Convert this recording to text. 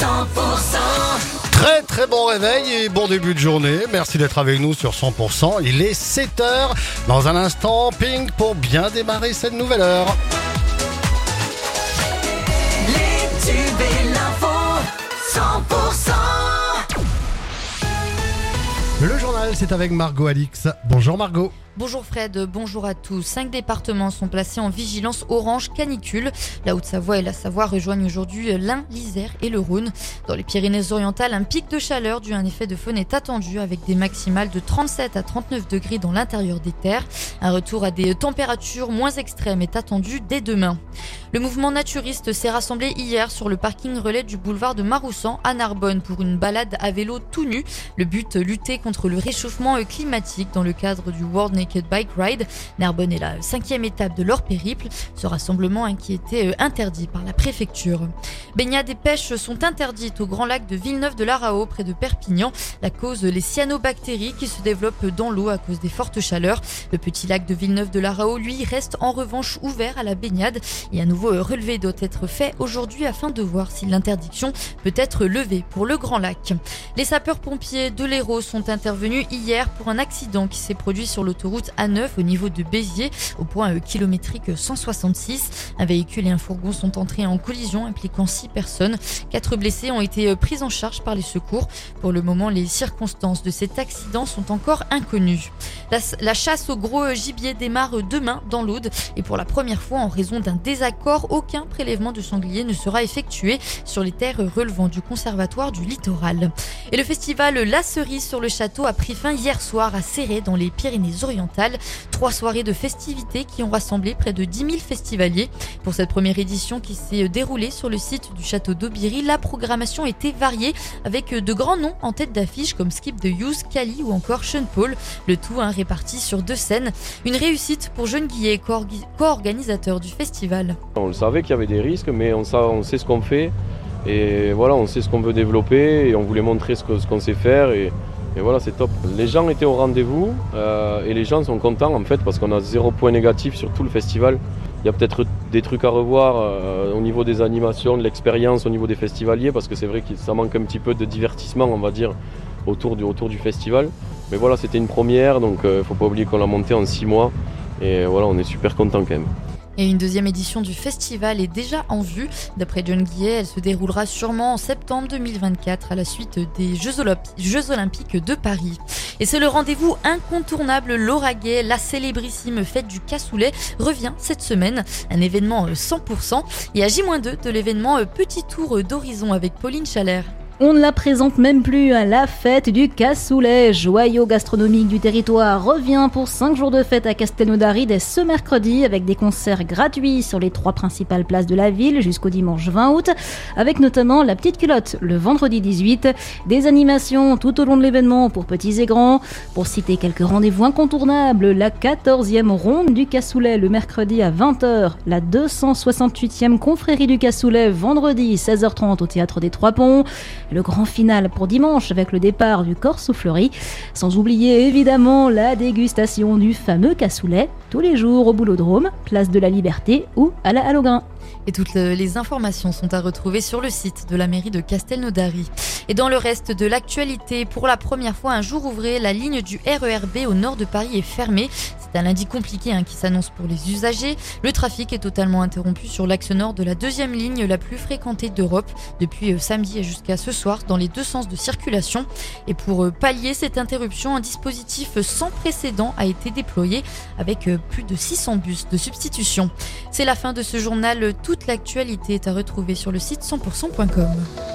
Très très bon réveil et bon début de journée. Merci d'être avec nous sur 100%. Il est 7h. Dans un instant, Pink pour bien démarrer cette nouvelle heure. Les tubes et l'info, 100%. Le journal, c'est avec Margot Alix. Bonjour Margot. Bonjour Fred, bonjour à tous. 5 départements sont placés en vigilance orange canicule. La Haute-Savoie et la Savoie rejoignent aujourd'hui l'Ain, l'Isère et le Rhône. Dans les Pyrénées-Orientales, un pic de chaleur dû à un effet de faune est attendu avec des maximales de 37 à 39 degrés dans l'intérieur des terres. Un retour à des températures moins extrêmes est attendu dès demain. Le mouvement naturiste s'est rassemblé hier sur le parking relais du boulevard de Maroussan à Narbonne pour une balade à vélo tout nu. Le but, lutter contre le réchauffement climatique dans le cadre du World Naked Bike Ride. Narbonne est la 5e étape de leur périple. Ce rassemblement qui était interdit par la préfecture. Baignades et pêches sont interdites au grand lac de Villeneuve-de-la-Raho près de Perpignan. La cause, les cyanobactéries qui se développent dans l'eau à cause des fortes chaleurs. Le petit lac de Villeneuve-de-la-Raho, lui, reste en revanche ouvert à la baignade. Et un nouveau relevé doit être fait aujourd'hui afin de voir si l'interdiction peut être levée pour le grand lac. Les sapeurs-pompiers de l'Hérault sont intervenus hier pour un accident qui s'est produit sur l'autoroute A9 au niveau de Béziers, au point kilométrique 166. Un véhicule et un fourgon sont entrés en collision impliquant 6 personnes. 4 blessés ont été pris en charge par les secours. Pour le moment, les circonstances de cet accident sont encore inconnues. La chasse au gros gibier démarre demain dans l'Aude et pour la première fois en raison d'un désaccord, aucun prélèvement de sanglier ne sera effectué sur les terres relevant du conservatoire du littoral. Et le festival La Cerise sur le Château a pris fin hier soir à Céret dans les Pyrénées-Orientales. 3 soirées de festivités qui ont rassemblé près de 10 000 festivaliers. Pour cette première édition qui s'est déroulée sur le site du château d'Aubiry, la programmation était variée avec de grands noms en tête d'affiche comme Skip the Youth, Kali ou encore Sean Paul. Le tout réparti sur 2 scènes. Une réussite pour Jeune Guillet, co-organisateur du festival. On le savait qu'il y avait des risques, mais on sait ce qu'on fait et voilà, on sait ce qu'on veut développer et on voulait montrer ce qu'on sait faire et voilà, c'est top. Les gens étaient au rendez-vous et les gens sont contents en fait parce qu'on a 0 point négatif sur tout le festival. Il y a peut-être des trucs à revoir au niveau des animations, de l'expérience au niveau des festivaliers parce que c'est vrai que ça manque un petit peu de divertissement, on va dire, autour du festival. Mais voilà, c'était une première, donc il ne faut pas oublier qu'on l'a monté en 6 mois et voilà, on est super contents quand même. Et une deuxième édition du festival est déjà en vue. D'après John Guillet, elle se déroulera sûrement en septembre 2024 à la suite des Jeux Olympiques de Paris. Et c'est le rendez-vous incontournable Lauragais, la célébrissime fête du cassoulet revient cette semaine. Un événement 100%. Et à J-2 de l'événement Petit Tour d'Horizon avec Pauline Chalère. On ne la présente même plus, à la fête du cassoulet. Joyau gastronomique du territoire revient pour 5 jours de fête à Castelnaudary dès ce mercredi avec des concerts gratuits sur les 3 principales places de la ville jusqu'au dimanche 20 août avec notamment la petite culotte le vendredi 18, des animations tout au long de l'événement pour petits et grands. Pour citer quelques rendez-vous incontournables, la 14e ronde du cassoulet le mercredi à 20h, la 268e confrérie du cassoulet vendredi 16h30 au théâtre des Trois Ponts. Le grand final pour dimanche avec le départ du Corse Fleuri. Sans oublier évidemment la dégustation du fameux cassoulet tous les jours au Boulodrome, place de la Liberté ou à la Halograin. Et toutes les informations sont à retrouver sur le site de la mairie de Castelnaudary. Et dans le reste de l'actualité, pour la première fois un jour ouvré, la ligne du RER B au nord de Paris est fermée. C'est un lundi compliqué qui s'annonce pour les usagers. Le trafic est totalement interrompu sur l'axe nord de la 2e ligne la plus fréquentée d'Europe depuis samedi et jusqu'à ce soir dans les 2 sens de circulation. Et pour pallier cette interruption, un dispositif sans précédent a été déployé avec plus de 600 bus de substitution. C'est la fin de ce journal. Toute l'actualité est à retrouver sur le site 100%.com.